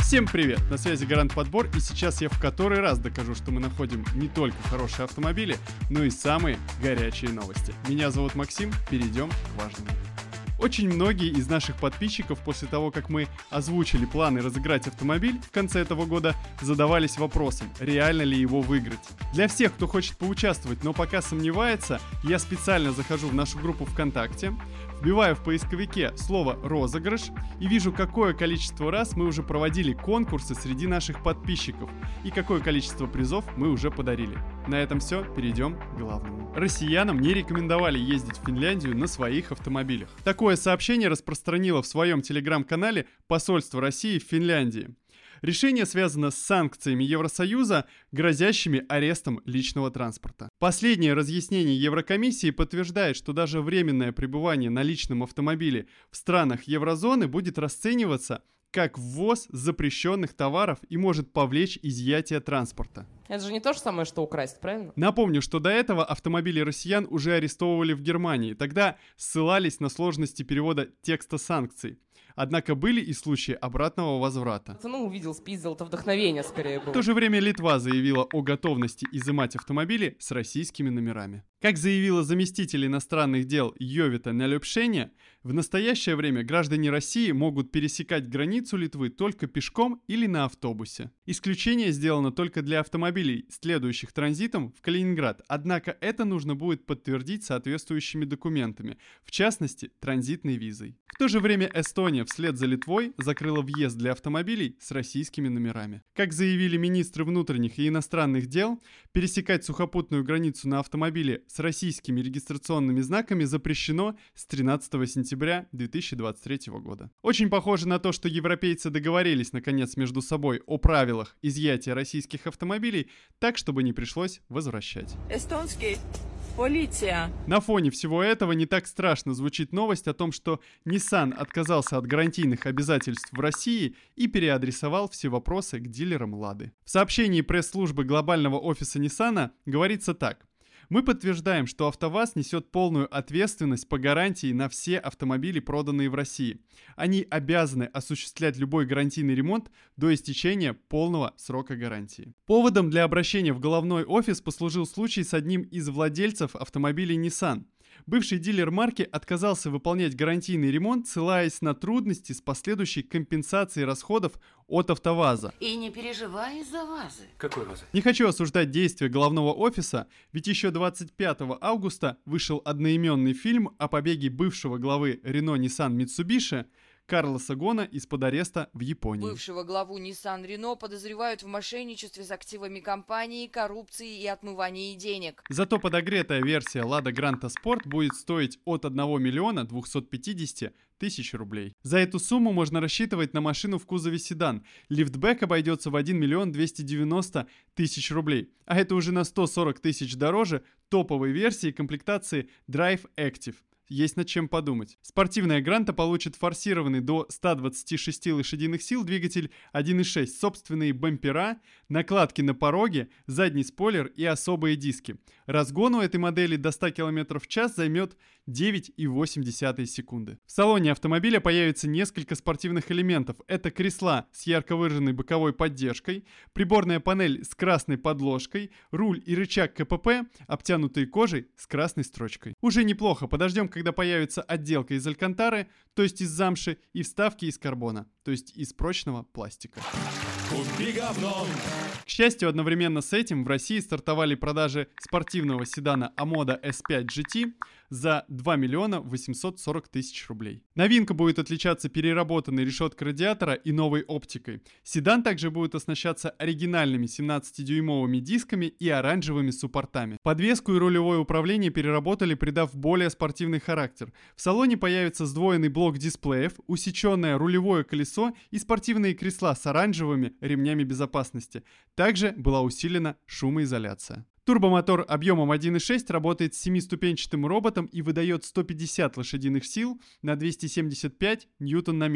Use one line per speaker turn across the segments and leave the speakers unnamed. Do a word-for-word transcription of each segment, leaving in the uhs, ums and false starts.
Всем привет! На связи Гарант Подбор, и сейчас я в который раз докажу, что мы находим не только хорошие автомобили, но и самые горячие новости. Меня зовут Максим, перейдем к важному. Очень многие из наших подписчиков после того, как мы озвучили планы разыграть автомобиль в конце этого года, задавались вопросом, реально ли его выиграть. Для всех, кто хочет поучаствовать, но пока сомневается, я специально захожу в нашу группу ВКонтакте, вбиваю в поисковике слово «розыгрыш» и вижу, какое количество раз мы уже проводили конкурсы среди наших подписчиков и какое количество призов мы уже подарили. На этом все, перейдем к главному. Россиянам не рекомендовали ездить в Финляндию на своих автомобилях. Такое сообщение распространило в своем телеграм-канале посольство России в Финляндии. Решение связано с санкциями Евросоюза, грозящими арестом личного транспорта. Последнее разъяснение Еврокомиссии подтверждает, что даже временное пребывание на личном автомобиле в странах еврозоны будет расцениваться как ввоз запрещенных товаров и может повлечь изъятие транспорта.
Это же не то же самое, что украсть, правильно?
Напомню, что до этого автомобили россиян уже арестовывали в Германии. Тогда ссылались на сложности перевода текста санкций. Однако были и случаи обратного возврата.
Ну, увидел, спиздил, это вдохновение скорее было.
В то же время Литва заявила о готовности изымать автомобили с российскими номерами. Как заявила заместитель иностранных дел Йовита Нелюбшеня, в настоящее время граждане России могут пересекать границу Литвы только пешком или на автобусе. Исключение сделано только для автомобилей, следующих транзитом в Калининград, однако это нужно будет подтвердить соответствующими документами, в частности, транзитной визой. В то же время Эстония вслед за Литвой закрыла въезд для автомобилей с российскими номерами. Как заявили министры внутренних и иностранных дел, пересекать сухопутную границу на автомобиле с российскими регистрационными знаками запрещено с тринадцатого сентября две тысячи двадцать третьего года. Очень похоже на то, что европейцы договорились наконец между собой о правилах изъятия российских автомобилей так, чтобы не пришлось возвращать.
Эстонский. Полиция.
На фоне всего этого не так страшно звучит новость о том, что Nissan отказался от гарантийных обязательств в России и переадресовал все вопросы к дилерам Лады. В сообщении пресс-службы глобального офиса Nissan говорится так. Мы подтверждаем, что АвтоВАЗ несет полную ответственность по гарантии на все автомобили, проданные в России. Они обязаны осуществлять любой гарантийный ремонт до истечения полного срока гарантии. Поводом для обращения в головной офис послужил случай с одним из владельцев автомобилей Nissan. Бывший дилер марки отказался выполнять гарантийный ремонт, ссылаясь на трудности с последующей компенсацией расходов от АвтоВАЗа.
И не переживай из-за вазы.
Какой вазы?
Не хочу осуждать действия головного офиса, ведь еще двадцать пятого августа вышел одноименный фильм о побеге бывшего главы Renault Nissan Mitsubishi Карлоса Гона из-под ареста в Японии.
Бывшего главу Nissan Renault подозревают в мошенничестве с активами компании, коррупции и отмывании денег.
Зато подогретая версия Lada Granta Sport будет стоить от одного миллиона двухсот пятидесяти тысяч рублей. За эту сумму можно рассчитывать на машину в кузове седан. Лифтбэк обойдется в один миллион двести девяносто тысяч рублей. А это уже на сто сорок тысяч дороже топовой версии комплектации Drive Active. Есть над чем подумать. Спортивная Гранта получит форсированный до ста двадцати шести лошадиных сил двигатель один и шесть, собственные бампера, накладки на пороге, задний спойлер и особые диски. Разгон у этой модели до ста километров в час займет девять и восемь десятых секунды. В салоне автомобиля появится несколько спортивных элементов. Это кресла с ярко выраженной боковой поддержкой, приборная панель с красной подложкой, руль и рычаг КПП, обтянутые кожей с красной строчкой. Уже неплохо, подождем, когда появится отделка из алькантары, то есть из замши, и вставки из карбона, то есть из прочного пластика.
Купи говно.
К счастью, одновременно с этим в России стартовали продажи спортивного седана Amoda эс пять джи ти за два миллиона восемьсот сорок тысяч рублей. Новинка будет отличаться переработанной решеткой радиатора и новой оптикой. Седан также будет оснащаться оригинальными семнадцатидюймовыми дисками и оранжевыми суппортами. Подвеску и рулевое управление переработали, придав более спортивный характер. В салоне появится сдвоенный блок дисплеев, усеченное рулевое колесо и спортивные кресла с оранжевыми ремнями безопасности. Также была усилена шумоизоляция. Турбомотор объемом один и шесть работает с семиступенчатым роботом и выдает сто пятьдесят лошадиных сил на двести семьдесят пять ньютон на метр.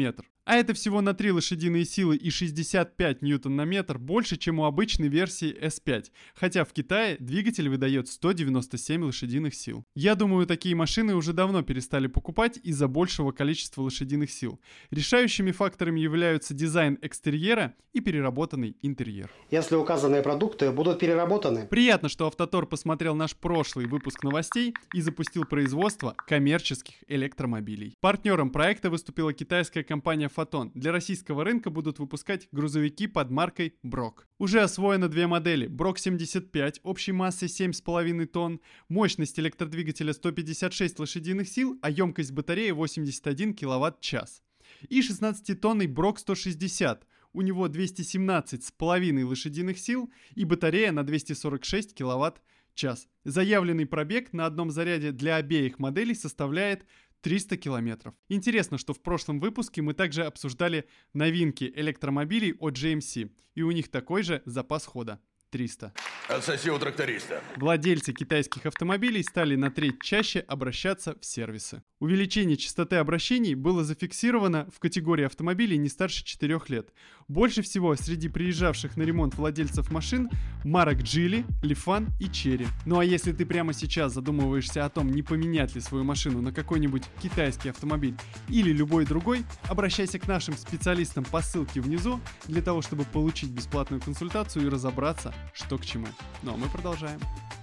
А это всего на три лошадиные силы и шестьдесят пять ньютон на метр больше, чем у обычной версии эс пять. Хотя в Китае двигатель выдает сто девяносто семь лошадиных сил. Я думаю, такие машины уже давно перестали покупать из-за большего количества лошадиных сил. Решающими факторами являются дизайн экстерьера и переработанный интерьер.
Если указанные продукты будут переработаны.
Приятно, что Автотор посмотрел наш прошлый выпуск новостей и запустил производство коммерческих электромобилей. Партнером проекта выступила китайская компания Foton. Для российского рынка будут выпускать грузовики под маркой Брок. Уже освоено две модели. Брок семьдесят пять общей массой семь с половиной тонн, мощность электродвигателя сто пятьдесят шесть лошадиных сил, а емкость батареи восемьдесят один киловатт-час. И шестнадцатитонный Брок сто шестьдесят. У него двести семнадцать с половиной лошадиных сил и батарея на двести сорок шесть киловатт-час. Заявленный пробег на одном заряде для обеих моделей составляет триста километров. Интересно, что в прошлом выпуске мы также обсуждали новинки электромобилей от джей эм си, и у них такой же запас хода. триста.
Отсоси у тракториста.
Владельцы китайских автомобилей стали на треть чаще обращаться в сервисы. Увеличение частоты обращений было зафиксировано в категории автомобилей не старше четырёх лет. Больше всего среди приезжавших на ремонт владельцев машин марок Geely, Lifan и Chery. Ну а если ты прямо сейчас задумываешься о том, не поменять ли свою машину на какой-нибудь китайский автомобиль или любой другой, обращайся к нашим специалистам по ссылке внизу для того, чтобы получить бесплатную консультацию и разобраться, что к чему. Ну а мы продолжаем.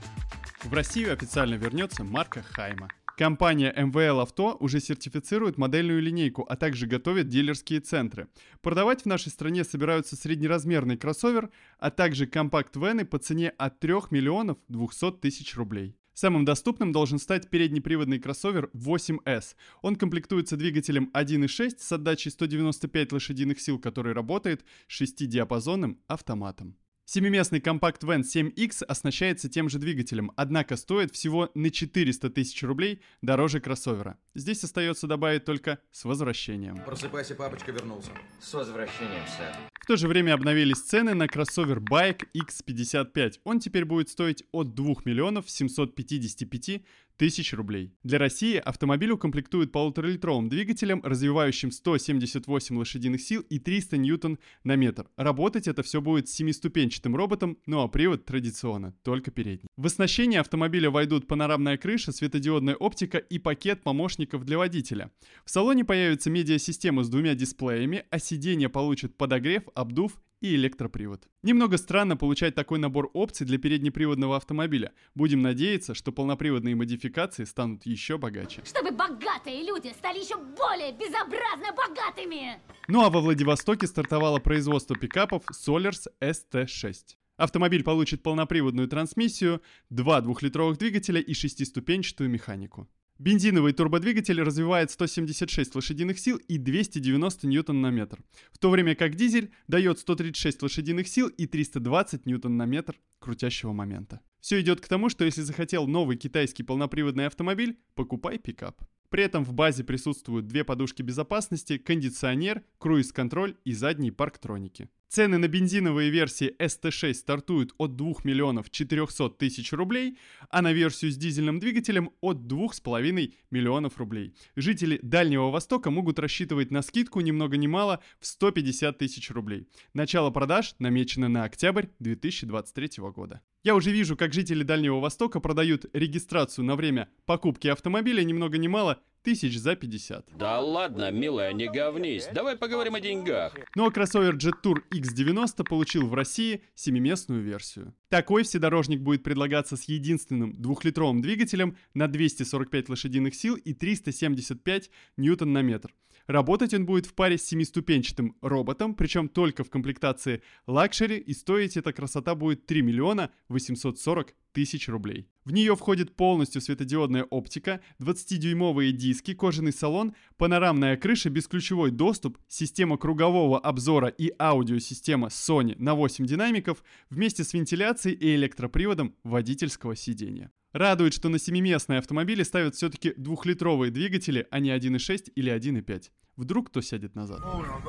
В Россию официально вернется марка Хайма. Компания эм вэ эл Авто уже сертифицирует модельную линейку, а также готовит дилерские центры. Продавать в нашей стране собираются среднеразмерный кроссовер, а также компакт-вены по цене от трёх миллионов двухсот тысяч рублей. Самым доступным должен стать переднеприводный кроссовер восемь эс. Он комплектуется двигателем один и шесть с отдачей сто девяносто пять лошадиных сил, который работает шестидиапазонным автоматом. Семиместный компакт-вен семь икс оснащается тем же двигателем, однако стоит всего на четыреста тысяч рублей дороже кроссовера. Здесь остается добавить только «с возвращением».
Просыпайся, папочка вернулся. С возвращением, сэр.
В то же время обновились цены на кроссовер Байк икс пятьдесят пять. Он теперь будет стоить от двух миллионов семьсот пятьдесят пять тысяч рублей. Для России автомобиль укомплектуют полуторалитровым двигателем, развивающим сто семьдесят восемь лошадиных сил и триста ньютон на метр. Работать это все будет с семиступенчатым роботом, ну а привод традиционно, только передний. В оснащение автомобиля войдут панорамная крыша, светодиодная оптика и пакет помощников для водителя. В салоне появится медиасистема с двумя дисплеями, а сиденья получат подогрев, обдув и электропривод. Немного странно получать такой набор опций для переднеприводного автомобиля. Будем надеяться, что полноприводные модификации станут еще богаче.
Чтобы богатые люди стали еще более безобразно богатыми!
Ну а во Владивостоке стартовало производство пикапов Solers эс тэ шесть. Автомобиль получит полноприводную трансмиссию, два двухлитровых двигателя и шестиступенчатую механику. Бензиновый турбодвигатель развивает сто семьдесят шесть лошадиных сил и двести девяносто ньютон на метр, в то время как дизель дает сто тридцать шесть лошадиных сил и триста двадцать ньютон на метр крутящего момента. Все идет к тому, что если захотел новый китайский полноприводный автомобиль, покупай пикап. При этом в базе присутствуют две подушки безопасности, кондиционер, круиз-контроль и задние парктроники. Цены на бензиновые версии эс тэ шесть стартуют от двух миллионов четырёхсот тысяч рублей, а на версию с дизельным двигателем от двух с половиной миллионов рублей. Жители Дальнего Востока могут рассчитывать на скидку ни много ни мало в сто пятьдесят тысяч рублей. Начало продаж намечено на октябрь две тысячи двадцать третьего года. Я уже вижу, как жители Дальнего Востока продают регистрацию на время покупки автомобиля ни много ни мало тысяч за пятьдесят.
Да ладно, милая, не говнись. Давай поговорим о деньгах.
Ну а кроссовер Jetour икс девяносто получил в России семиместную версию. Такой вседорожник будет предлагаться с единственным двухлитровым двигателем на двести сорок пять лошадиных сил и триста семьдесят пять ньютон на метр. Работать он будет в паре с семиступенчатым роботом, причем только в комплектации лакшери, и стоить эта красота будет три миллиона восемьсот сорок тысяч рублей. В нее входит полностью светодиодная оптика, двадцатидюймовые диски, кожаный салон, панорамная крыша, бесключевой доступ, система кругового обзора и аудиосистема Sony на восемь динамиков вместе с вентиляцией и электроприводом водительского сидения. Радует, что на семиместные автомобили ставят все-таки двухлитровые двигатели, а не один и шесть или один и пять. Вдруг кто сядет назад?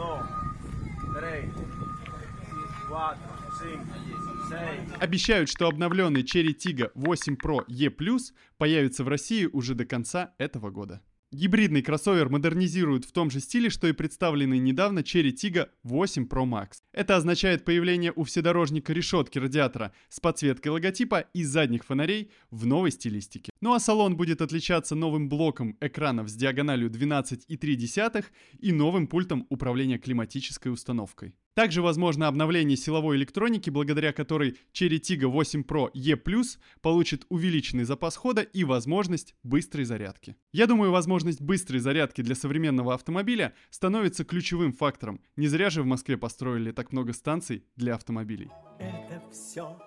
Обещают, что обновленный Chery Tiggo восемь Pro E плюс появится в России уже до конца этого года. Гибридный кроссовер модернизируют в том же стиле, что и представленный недавно Cherry Tiggo восемь Pro Max. Это означает появление у вседорожника решетки радиатора с подсветкой логотипа и задних фонарей в новой стилистике. Ну а салон будет отличаться новым блоком экранов с диагональю двенадцать и три десятых и новым пультом управления климатической установкой. Также возможно обновление силовой электроники, благодаря которой Cherry Tiggo восемь Pro E плюс получит увеличенный запас хода и возможность быстрой зарядки. Я думаю, возможность быстрой зарядки для современного автомобиля становится ключевым фактором. Не зря же в Москве построили так много станций для автомобилей.
Это все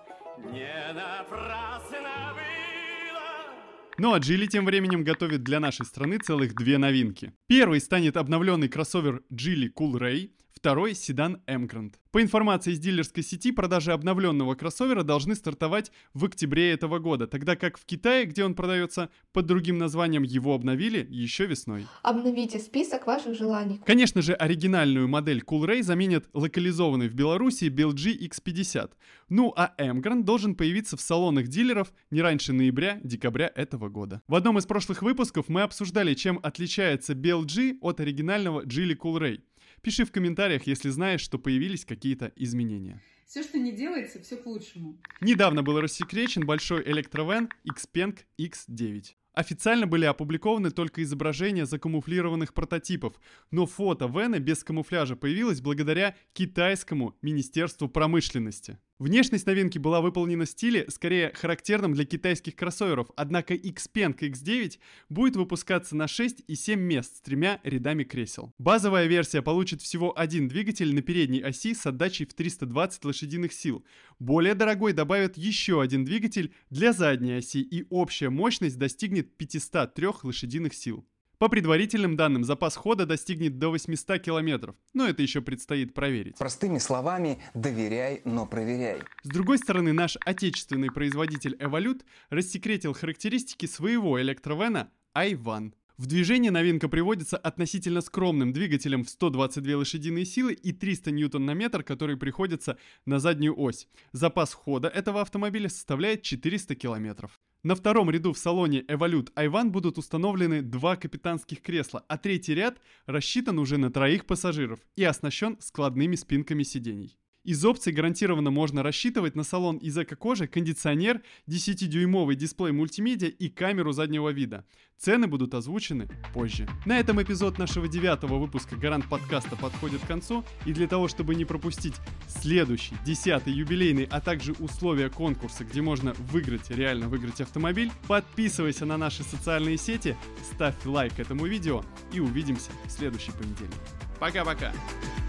не напрасно было.
Ну а Geely тем временем готовит для нашей страны целых две новинки. Первый станет обновленный кроссовер Geely Coolray, второй — седан Emgrand. По информации из дилерской сети, продажи обновленного кроссовера должны стартовать в октябре этого года, тогда как в Китае, где он продается под другим названием, его обновили еще весной.
Обновите список ваших желаний.
Конечно же, оригинальную модель Coolray заменит локализованный в Беларуси би эл джи икс пятьдесят. Ну а Emgrand должен появиться в салонах дилеров не раньше ноября-декабря этого года. В одном из прошлых выпусков мы обсуждали, чем отличается би эл джи от оригинального Geely Coolray. Пиши в комментариях, если знаешь, что появились какие-то изменения.
Все, что не делается, все к лучшему.
Недавно был рассекречен большой электровэн Xpeng икс девять. Официально были опубликованы только изображения закамуфлированных прототипов, но фото вэна без камуфляжа появилось благодаря китайскому Министерству промышленности. Внешность новинки была выполнена в стиле, скорее характерном для китайских кроссоверов, однако Xpeng икс девять будет выпускаться на шесть и семь мест с тремя рядами кресел. Базовая версия получит всего один двигатель на передней оси с отдачей в триста двадцать лошадиных сил. Более дорогой добавят еще один двигатель для задней оси, и общая мощность достигнет пятьсот три лошадиных сил. По предварительным данным, запас хода достигнет до восемьсот километров, но это еще предстоит проверить.
Простыми словами, доверяй, но проверяй.
С другой стороны, наш отечественный производитель Evolute рассекретил характеристики своего электровэна ай один. В движение новинка приводится относительно скромным двигателем в сто двадцать две лошадиные силы и триста ньютон на метр, который приходится на заднюю ось. Запас хода этого автомобиля составляет четыреста километров. На втором ряду в салоне Evolute ай один будут установлены два капитанских кресла, а третий ряд рассчитан уже на троих пассажиров и оснащен складными спинками сидений. Из опций гарантированно можно рассчитывать на салон из эко-кожи, кондиционер, десятидюймовый дисплей мультимедиа и камеру заднего вида. Цены будут озвучены позже. На этом эпизод нашего девятого выпуска Гарант подкаста подходит к концу, и для того, чтобы не пропустить следующий, десятый юбилейный, а также условия конкурса, где можно выиграть, реально выиграть автомобиль, подписывайся на наши социальные сети, ставь лайк этому видео и увидимся в следующий понедельник. Пока-пока!